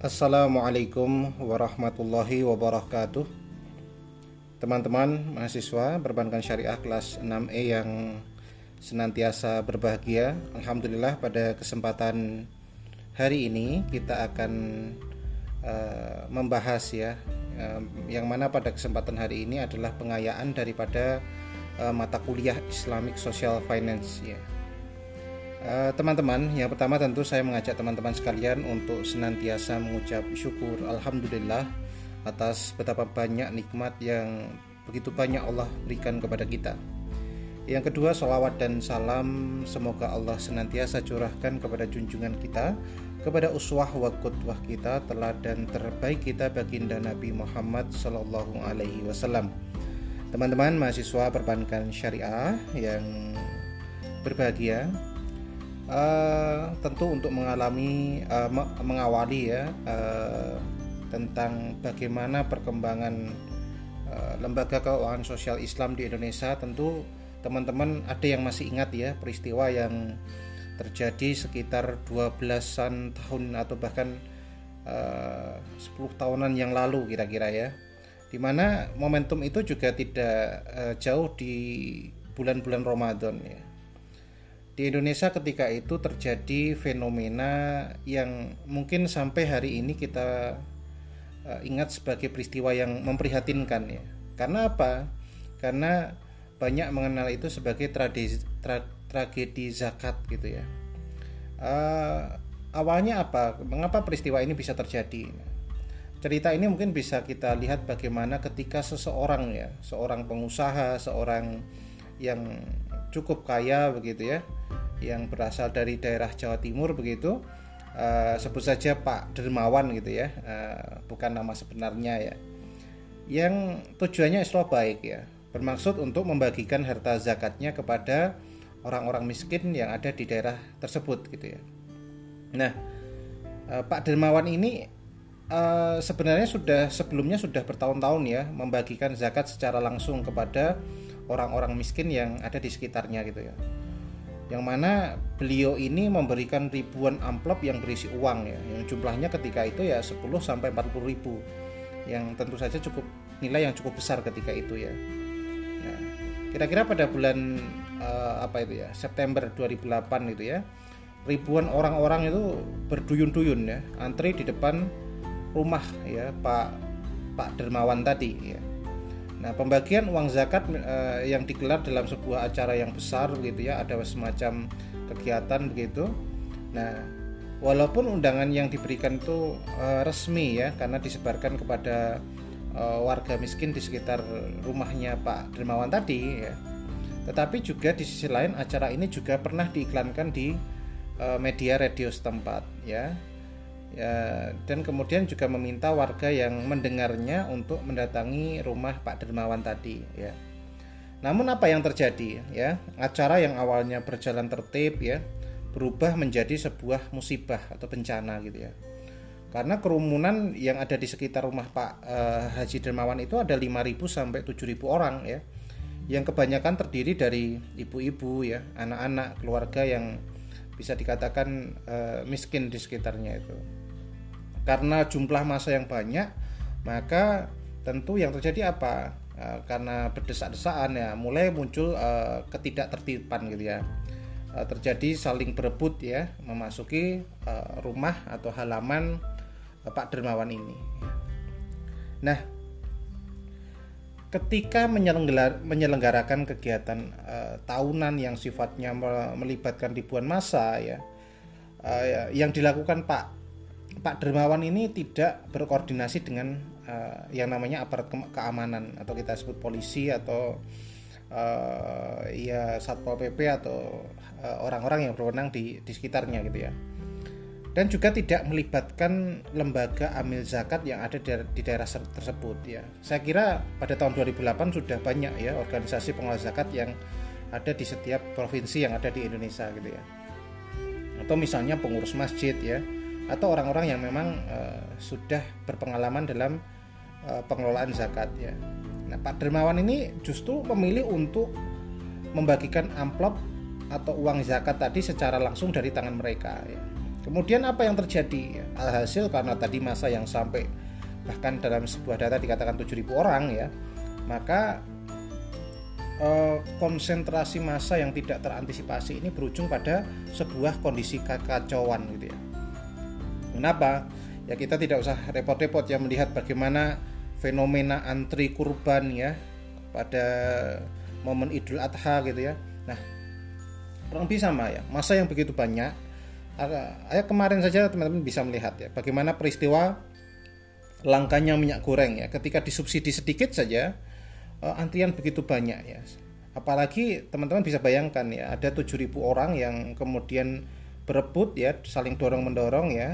Assalamualaikum warahmatullahi wabarakatuh. Teman-teman mahasiswa perbankan syariah kelas 6E yang senantiasa berbahagia. Alhamdulillah pada kesempatan hari ini kita akan membahas yang mana pada kesempatan hari ini adalah pengayaan daripada mata kuliah Islamic Social Finance ya. Teman-teman, yang pertama tentu saya mengajak teman-teman sekalian untuk senantiasa mengucap syukur Alhamdulillah atas betapa banyak nikmat yang begitu banyak Allah berikan kepada kita. Yang kedua, salawat dan salam semoga Allah senantiasa curahkan kepada junjungan kita, kepada uswah wa qudwah kita, teladan terbaik kita baginda Nabi Muhammad sallallahu alaihi wasallam. Teman-teman mahasiswa perbankan syariah yang berbahagia, tentu untuk mengawali tentang bagaimana perkembangan lembaga keuangan sosial Islam di Indonesia. Tentu teman-teman ada yang masih ingat ya peristiwa yang terjadi sekitar 12-an tahun atau bahkan 10 tahunan yang lalu kira-kira ya, dimana momentum itu juga tidak jauh di bulan-bulan Ramadan ya. Di Indonesia ketika itu terjadi fenomena yang mungkin sampai hari ini kita ingat sebagai peristiwa yang memprihatinkan ya. Karena apa? Karena banyak mengenal itu sebagai tragedi zakat gitu ya. Awalnya apa? Mengapa peristiwa ini bisa terjadi? Cerita ini mungkin bisa kita lihat bagaimana ketika seorang pengusaha, seorang yang cukup kaya begitu ya, yang berasal dari daerah Jawa Timur begitu, sebut saja Pak Dermawan gitu ya, bukan nama sebenarnya ya, yang tujuannya islah baik ya, bermaksud untuk membagikan harta zakatnya kepada orang-orang miskin yang ada di daerah tersebut gitu ya. Nah, Pak Dermawan ini sebenarnya sebelumnya sudah bertahun-tahun ya membagikan zakat secara langsung kepada orang-orang miskin yang ada di sekitarnya gitu ya. Yang mana beliau ini memberikan ribuan amplop yang berisi uang ya, yang jumlahnya ketika itu ya 10 sampai 40 ribu, yang tentu saja nilai yang cukup besar ketika itu ya. Nah, kira-kira pada bulan September 2008 gitu ya, ribuan orang-orang itu berduyun-duyun ya, antri di depan rumah ya Pak Dermawan tadi ya. Nah, pembagian uang zakat yang digelar dalam sebuah acara yang besar begitu ya, ada semacam kegiatan begitu. Nah, walaupun undangan yang diberikan itu resmi ya, karena disebarkan kepada warga miskin di sekitar rumahnya Pak Dermawan tadi ya, tetapi juga di sisi lain acara ini juga pernah diiklankan di media radio setempat ya, dan kemudian juga meminta warga yang mendengarnya untuk mendatangi rumah Pak Dermawan tadi ya. Namun apa yang terjadi ya? Acara yang awalnya berjalan tertib ya berubah menjadi sebuah musibah atau bencana gitu ya. Karena kerumunan yang ada di sekitar rumah Pak Haji Dermawan itu ada 5.000 sampai 7.000 orang ya. Yang kebanyakan terdiri dari ibu-ibu ya, anak-anak, keluarga yang bisa dikatakan miskin di sekitarnya itu. Karena jumlah massa yang banyak, maka tentu yang terjadi apa? Karena berdesak-desakan ya, mulai muncul ketidaktertiban gitu ya. Terjadi saling berebut ya, memasuki rumah atau halaman Pak Dermawan ini. Nah, ketika menyelenggarakan kegiatan tahunan yang sifatnya melibatkan ribuan massa ya, yang dilakukan Pak Dermawan ini tidak berkoordinasi dengan yang namanya aparat keamanan atau kita sebut polisi atau Satpol PP atau orang-orang yang berwenang di sekitarnya gitu ya. Dan juga tidak melibatkan lembaga amil zakat yang ada di daerah tersebut ya. Saya kira pada tahun 2008 sudah banyak ya organisasi pengelola zakat yang ada di setiap provinsi yang ada di Indonesia gitu ya. Atau misalnya pengurus masjid ya, atau orang-orang yang memang sudah berpengalaman dalam pengelolaan zakat ya. Nah, Pak Dermawan ini justru memilih untuk membagikan amplop atau uang zakat tadi secara langsung dari tangan mereka ya. Kemudian apa yang terjadi? Alhasil karena tadi masa yang sampai bahkan dalam sebuah data dikatakan 7.000 orang ya, maka konsentrasi massa yang tidak terantisipasi ini berujung pada sebuah kondisi kekacauan gitu ya. Kenapa? Ya kita tidak usah repot-repot ya melihat bagaimana fenomena antri kurban ya pada momen Idul Adha gitu ya. Nah, kurang lebih sama ya, massa yang begitu banyak. Kemarin saja teman-teman bisa melihat ya bagaimana peristiwa langkanya minyak goreng ya, ketika disubsidi sedikit saja antrian begitu banyak ya. Apalagi teman-teman bisa bayangkan ya, ada 7.000 orang yang kemudian berebut ya, saling dorong-mendorong ya,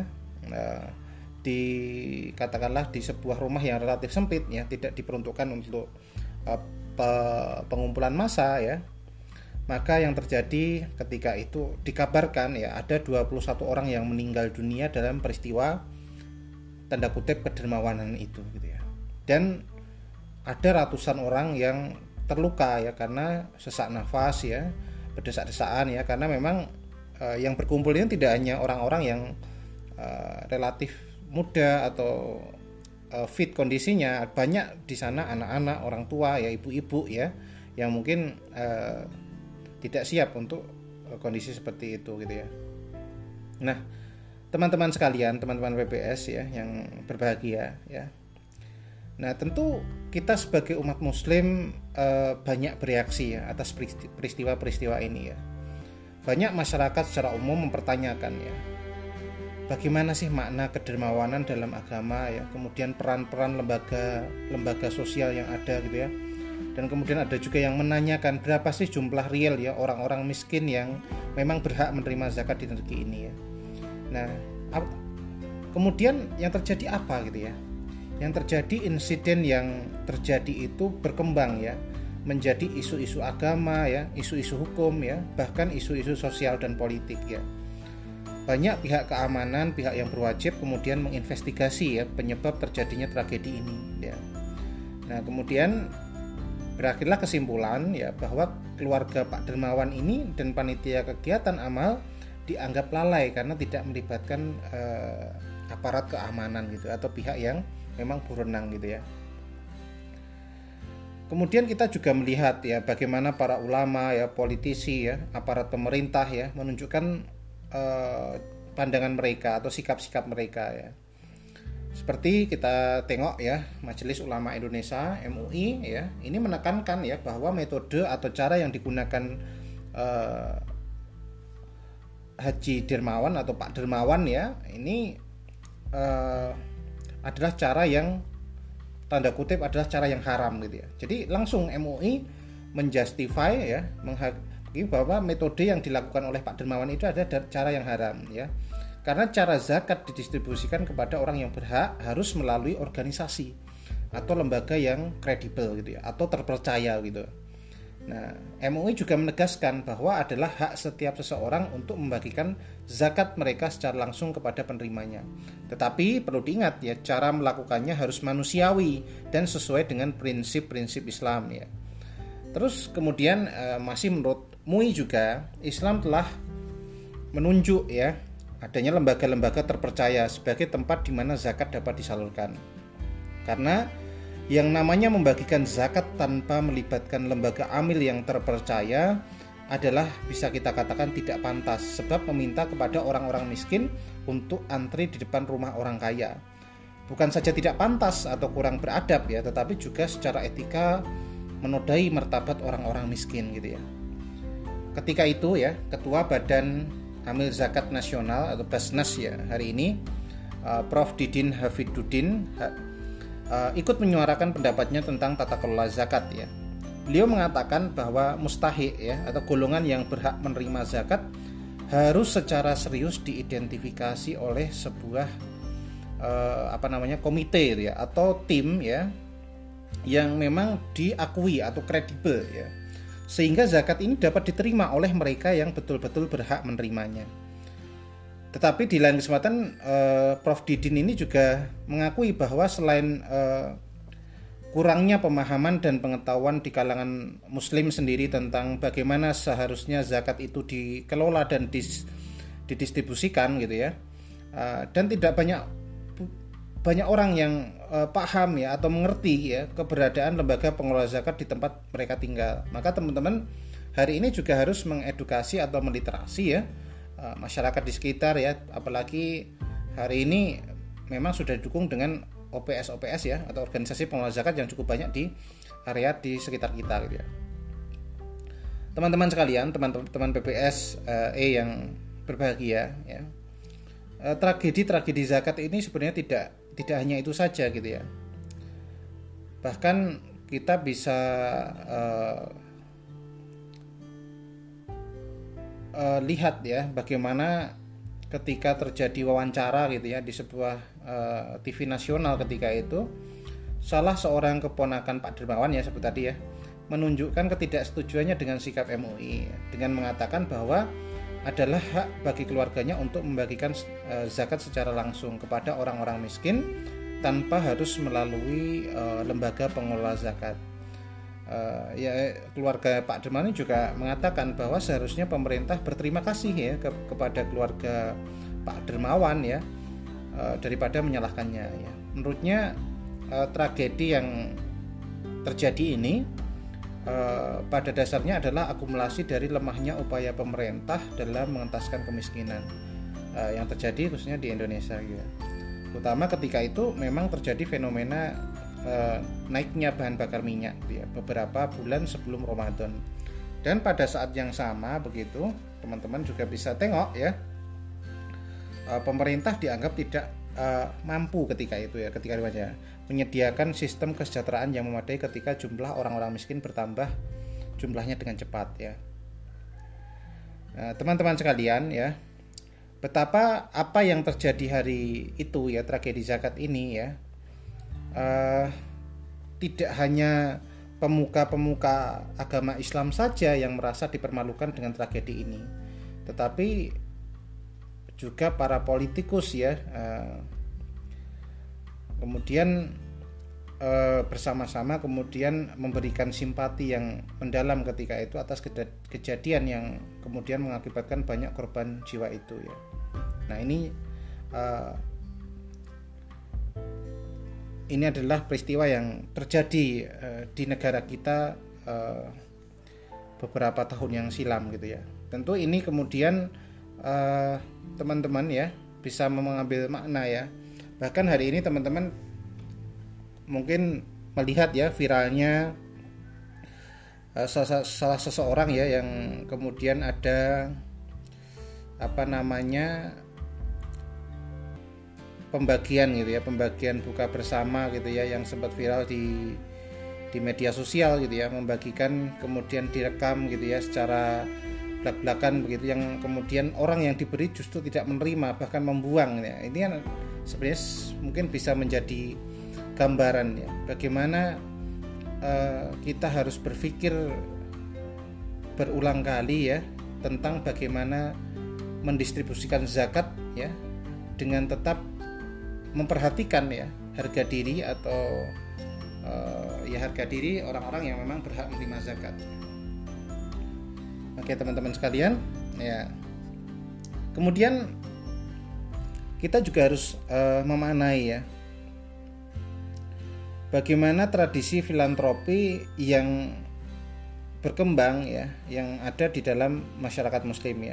katakanlah di sebuah rumah yang relatif sempit ya, tidak diperuntukkan untuk pengumpulan massa ya. Maka yang terjadi ketika itu dikabarkan ya, ada 21 orang yang meninggal dunia dalam peristiwa tanda kutip kedermawanan itu gitu ya. Dan ada ratusan orang yang terluka ya karena sesak nafas ya, berdesak-desaan ya, karena memang yang berkumpul ini tidak hanya orang-orang yang relatif muda atau fit kondisinya, banyak di sana anak-anak, orang tua ya, ibu-ibu ya, yang mungkin tidak siap untuk kondisi seperti itu gitu ya. Nah, teman-teman sekalian, teman-teman PBS ya yang berbahagia ya. Nah, tentu kita sebagai umat muslim banyak bereaksi ya atas peristiwa-peristiwa ini ya. Banyak masyarakat secara umum mempertanyakan ya, bagaimana sih makna kedermawanan dalam agama ya, kemudian peran-peran lembaga sosial yang ada gitu ya. Dan kemudian ada juga yang menanyakan berapa sih jumlah real ya orang-orang miskin yang memang berhak menerima zakat di negeri ini ya. Nah, kemudian yang terjadi apa gitu ya? Yang terjadi, insiden yang terjadi itu berkembang ya menjadi isu-isu agama ya, isu-isu hukum ya, bahkan isu-isu sosial dan politik ya. Banyak pihak keamanan, pihak yang berwajib kemudian menginvestigasi ya penyebab terjadinya tragedi ini ya. Nah, kemudian berakhirlah kesimpulan ya bahwa keluarga Pak Dermawan ini dan panitia kegiatan amal dianggap lalai karena tidak melibatkan aparat keamanan gitu atau pihak yang memang berwenang gitu ya. Kemudian kita juga melihat ya bagaimana para ulama ya, politisi ya, aparat pemerintah ya menunjukkan pandangan mereka atau sikap-sikap mereka ya. Seperti kita tengok ya, Majelis Ulama Indonesia MUI ya, ini menekankan ya bahwa metode atau cara yang digunakan Haji Dermawan atau Pak Dermawan ya, ini adalah cara yang tanda kutip adalah cara yang haram gitu ya. Jadi langsung MUI menjustify ya, menghakimi bahwa metode yang dilakukan oleh Pak Dermawan itu adalah cara yang haram ya. Karena cara zakat didistribusikan kepada orang yang berhak harus melalui organisasi atau lembaga yang kredibel gitu ya, atau terpercaya gitu. Nah, MUI juga menegaskan bahwa adalah hak setiap seseorang untuk membagikan zakat mereka secara langsung kepada penerimanya. Tetapi perlu diingat ya, cara melakukannya harus manusiawi dan sesuai dengan prinsip-prinsip Islam ya. Terus kemudian masih menurut MUI juga Islam telah menunjuk ya adanya lembaga-lembaga terpercaya sebagai tempat di mana zakat dapat disalurkan. Karena yang namanya membagikan zakat tanpa melibatkan lembaga amil yang terpercaya adalah bisa kita katakan tidak pantas, sebab meminta kepada orang-orang miskin untuk antri di depan rumah orang kaya. Bukan saja tidak pantas atau kurang beradab ya, tetapi juga secara etika menodai martabat orang-orang miskin gitu ya. Ketika itu ya, Ketua Badan Amil Zakat Nasional atau Basnas ya hari ini, Prof. Didin Hafidudin ikut menyuarakan pendapatnya tentang tata kelola zakat ya. Beliau mengatakan bahwa mustahiq ya atau golongan yang berhak menerima zakat harus secara serius diidentifikasi oleh sebuah komite ya atau tim ya yang memang diakui atau kredibel ya, sehingga zakat ini dapat diterima oleh mereka yang betul-betul berhak menerimanya. Tetapi di lain kesempatan Prof. Didin ini juga mengakui bahwa selain kurangnya pemahaman dan pengetahuan di kalangan muslim sendiri tentang bagaimana seharusnya zakat itu dikelola dan didistribusikan gitu ya. Dan tidak banyak orang yang paham ya atau mengerti ya keberadaan lembaga pengelola zakat di tempat mereka tinggal. Maka teman-teman hari ini juga harus mengedukasi atau meliterasi ya masyarakat di sekitar ya, apalagi hari ini memang sudah didukung dengan OPS ya atau organisasi pengelola zakat yang cukup banyak di area di sekitar kita gitu ya. Teman-teman sekalian, teman-teman PPS yang berbahagia ya. Tragedi zakat ini sebenarnya tidak hanya itu saja gitu ya. Bahkan kita bisa lihat ya bagaimana ketika terjadi wawancara gitu ya di sebuah TV nasional ketika itu, salah seorang keponakan Pak Dermawan ya sebut tadi ya, menunjukkan ketidaksetujuannya dengan sikap MUI dengan mengatakan bahwa adalah hak bagi keluarganya untuk membagikan zakat secara langsung kepada orang-orang miskin tanpa harus melalui lembaga pengelola zakat. Ya keluarga Pak Dermawan juga mengatakan bahwa seharusnya pemerintah berterima kasih ya kepada keluarga Pak Dermawan ya daripada menyalahkannya ya. Menurutnya tragedi yang terjadi ini pada dasarnya adalah akumulasi dari lemahnya upaya pemerintah dalam mengentaskan kemiskinan yang terjadi khususnya di Indonesia ya. Terutama ketika itu memang terjadi fenomena naiknya bahan bakar minyak ya, beberapa bulan sebelum Ramadan. Dan pada saat yang sama begitu teman-teman juga bisa tengok ya, pemerintah dianggap tidak mampu ketika itu ya, ketika menyediakan sistem kesejahteraan yang memadai ketika jumlah orang-orang miskin bertambah jumlahnya dengan cepat ya. Nah, teman-teman sekalian ya, betapa apa yang terjadi hari itu ya, tragedi zakat ini ya, tidak hanya pemuka-pemuka agama Islam saja yang merasa dipermalukan dengan tragedi ini, tetapi juga para politikus ya, kemudian bersama-sama kemudian memberikan simpati yang mendalam ketika itu atas kejadian yang kemudian mengakibatkan banyak korban jiwa itu ya. Nah ini adalah peristiwa yang terjadi di negara kita beberapa tahun yang silam gitu ya. Tentu ini kemudian teman-teman ya bisa mengambil makna ya. Bahkan hari ini teman-teman mungkin melihat ya viralnya salah seseorang ya yang kemudian ada pembagian gitu ya, pembagian buka bersama gitu ya yang sempat viral di media sosial gitu ya, membagikan kemudian direkam gitu ya secara belak-belakan begitu, yang kemudian orang yang diberi justru tidak menerima bahkan membuang ya. Ini kan sebenarnya mungkin bisa menjadi gambaran ya bagaimana kita harus berpikir berulang kali ya tentang bagaimana mendistribusikan zakat ya dengan tetap memperhatikan ya harga diri atau harga diri orang-orang yang memang berhak menerima zakat. Oke teman-teman sekalian ya, kemudian kita juga harus memaknai ya bagaimana tradisi filantropi yang berkembang ya, yang ada di dalam masyarakat muslim ya.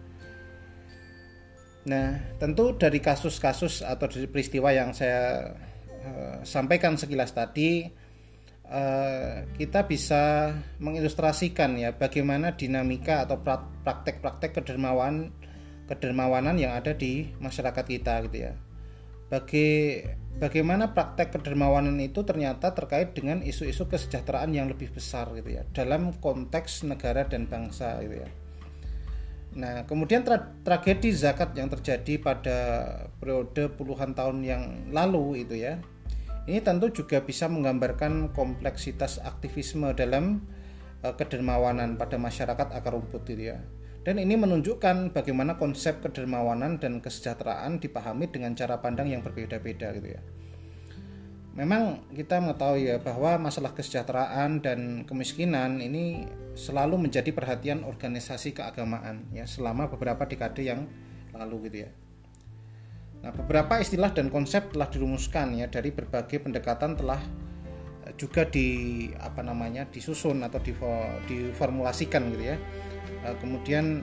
Nah, tentu dari kasus-kasus atau dari peristiwa yang saya sampaikan sekilas tadi, kita bisa mengilustrasikan ya bagaimana dinamika atau praktek-praktek kedermawanan yang ada di masyarakat kita gitu ya. Bagaimana praktek kedermawanan itu ternyata terkait dengan isu-isu kesejahteraan yang lebih besar gitu ya dalam konteks negara dan bangsa gitu ya. Nah, kemudian tragedi zakat yang terjadi pada periode puluhan tahun yang lalu itu ya, ini tentu juga bisa menggambarkan kompleksitas aktivisme dalam kedermawanan pada masyarakat akar rumput gitu ya. Dan ini menunjukkan bagaimana konsep kedermawanan dan kesejahteraan dipahami dengan cara pandang yang berbeda-beda gitu ya. Memang kita mengetahui ya bahwa masalah kesejahteraan dan kemiskinan ini selalu menjadi perhatian organisasi keagamaan ya selama beberapa dekade yang lalu gitu ya. Nah, beberapa istilah dan konsep telah dirumuskan ya dari berbagai pendekatan telah juga disusun atau diformulasikan gitu ya. Kemudian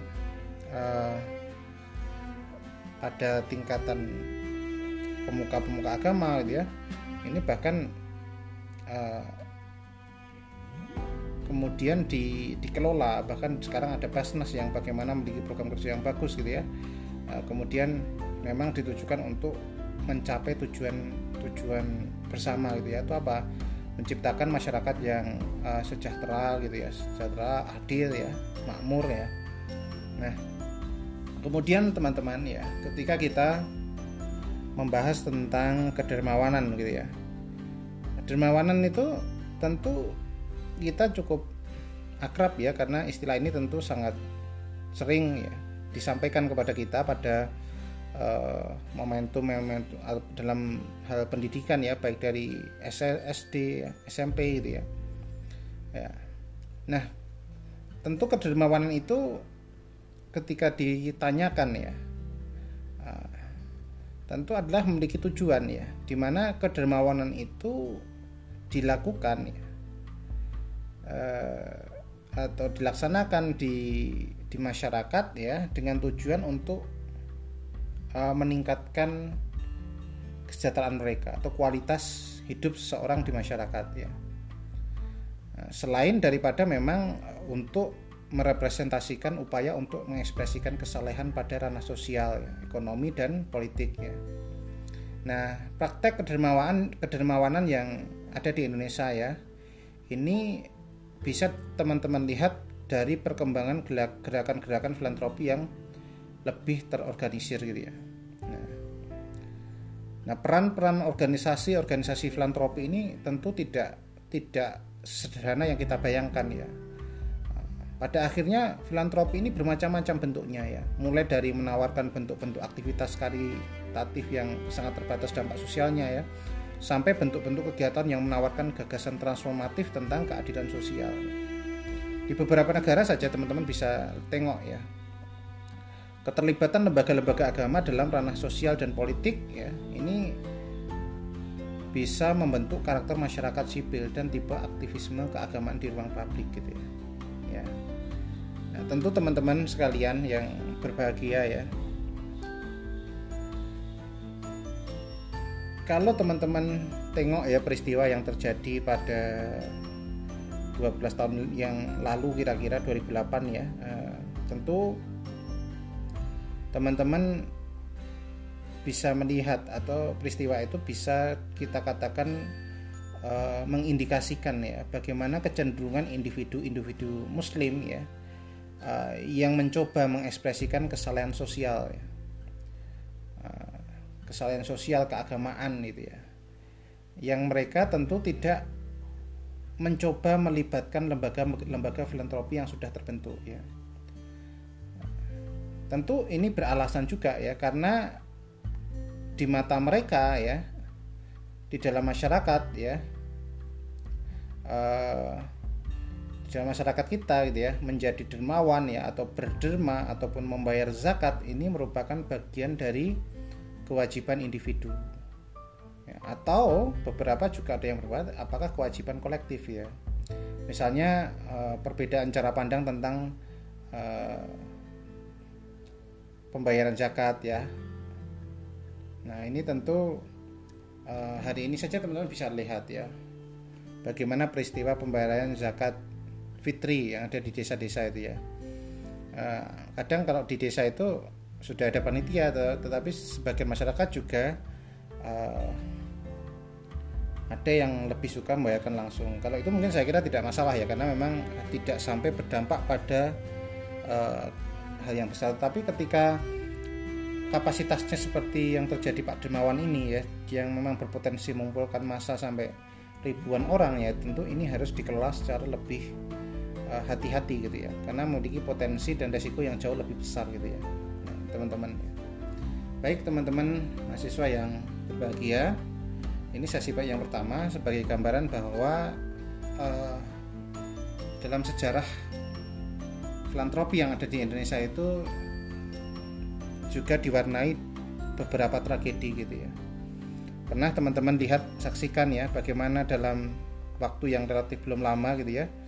pada tingkatan pemuka-pemuka agama gitu ya, ini bahkan kemudian dikelola, bahkan sekarang ada Basnas yang bagaimana memiliki program kerja yang bagus gitu ya. Kemudian memang ditujukan untuk mencapai tujuan bersama gitu ya, itu apa, menciptakan masyarakat yang sejahtera gitu ya, sejahtera, adil ya, makmur ya. Nah, kemudian teman-teman ya, ketika kita membahas tentang kedermawanan gitu ya, kedermawanan itu tentu kita cukup akrab ya, karena istilah ini tentu sangat sering ya disampaikan kepada kita pada momentum dalam hal pendidikan ya, baik dari SD, SMP gitu ya. Nah, tentu kedermawanan itu ketika ditanyakan ya, tentu adalah memiliki tujuan ya, dimana kedermawanan itu dilakukan ya, atau dilaksanakan di masyarakat ya, dengan tujuan untuk meningkatkan kesejahteraan mereka atau kualitas hidup seseorang di masyarakat ya. Selain daripada memang untuk merepresentasikan upaya untuk mengekspresikan kesalehan pada ranah sosial ya, ekonomi dan politik ya. Nah, praktek kedermawanan yang ada di Indonesia ya, ini bisa teman-teman lihat dari perkembangan gerakan-gerakan filantropi yang lebih terorganisir gitu ya. Nah, peran organisasi filantropi ini tentu tidak sederhana yang kita bayangkan ya. Pada akhirnya filantropi ini bermacam-macam bentuknya ya, mulai dari menawarkan bentuk-bentuk aktivitas karitatif yang sangat terbatas dampak sosialnya ya, sampai bentuk-bentuk kegiatan yang menawarkan gagasan transformatif tentang keadilan sosial. Di beberapa negara saja teman-teman bisa tengok ya, keterlibatan lembaga-lembaga agama dalam ranah sosial dan politik ya, ini bisa membentuk karakter masyarakat sipil dan tipe aktivisme keagamaan di ruang publik gitu ya. Nah, tentu teman-teman sekalian yang berbahagia ya, kalau teman-teman tengok ya peristiwa yang terjadi pada 12 tahun yang lalu, kira-kira 2008 ya, tentu teman-teman bisa melihat atau peristiwa itu bisa kita katakan mengindikasikan ya bagaimana kecenderungan individu-individu muslim ya, yang mencoba mengekspresikan kesalahan sosial ya, kesalahan sosial keagamaan gitu ya, yang mereka tentu tidak mencoba melibatkan lembaga filantropi yang sudah terbentuk ya. Tentu ini beralasan juga ya, karena di mata mereka ya, di dalam masyarakat ya, di dalam masyarakat kita gitu ya, menjadi dermawan ya, atau berderma ataupun membayar zakat ini merupakan bagian dari kewajiban individu ya, atau beberapa juga ada yang berbuat apakah kewajiban kolektif ya. Misalnya perbedaan cara pandang tentang pembayaran zakat ya. Nah, ini tentu hari ini saja teman-teman bisa lihat ya, bagaimana peristiwa pembayaran zakat fitri yang ada di desa-desa itu ya. Kadang kalau di desa itu sudah ada panitia, tetapi sebagian masyarakat juga ada yang lebih suka membayarkan langsung. Kalau itu mungkin saya kira tidak masalah ya, karena memang tidak sampai berdampak pada hal yang besar. Tapi ketika kapasitasnya seperti yang terjadi Pak Dermawan ini ya, yang memang berpotensi mengumpulkan massa sampai ribuan orang ya, tentu ini harus dikelola secara lebih hati-hati gitu ya, karena memiliki potensi dan resiko yang jauh lebih besar gitu ya. Nah, teman-teman ya. Baik teman-teman mahasiswa yang berbahagia, ini sesi yang pertama sebagai gambaran bahwa dalam sejarah filantropi yang ada di Indonesia itu juga diwarnai beberapa tragedi gitu ya. Pernah teman-teman lihat, saksikan ya, bagaimana dalam waktu yang relatif belum lama gitu ya,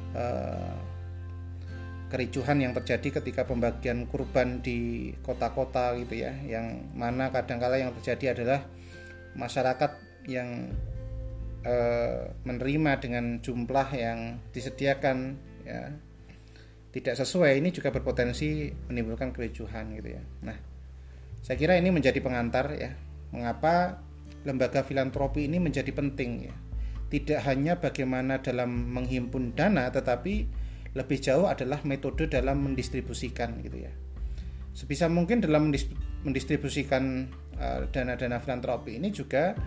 kericuhan yang terjadi ketika pembagian kurban di kota-kota gitu ya, yang mana kadangkala yang terjadi adalah masyarakat yang menerima dengan jumlah yang disediakan ya tidak sesuai. Ini juga berpotensi menimbulkan kericuhan gitu ya. Nah, saya kira ini menjadi pengantar ya, mengapa lembaga filantropi ini menjadi penting ya. Tidak hanya bagaimana dalam menghimpun dana, tetapi lebih jauh adalah metode dalam mendistribusikan gitu ya. Sebisa mungkin dalam mendistribusikan dana-dana filantropi ini juga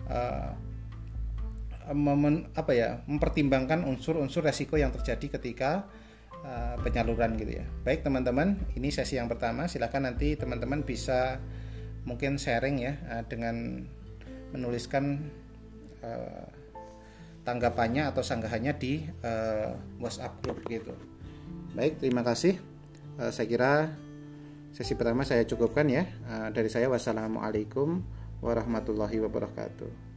mempertimbangkan unsur-unsur resiko yang terjadi ketika penyaluran gitu ya. Baik teman-teman, ini sesi yang pertama. Silakan nanti teman-teman bisa mungkin sharing ya dengan menuliskan tanggapannya atau sanggahannya di WhatsApp group gitu. Baik, terima kasih. Saya kira sesi pertama saya cukupkan ya. Dari saya, wassalamualaikum warahmatullahi wabarakatuh.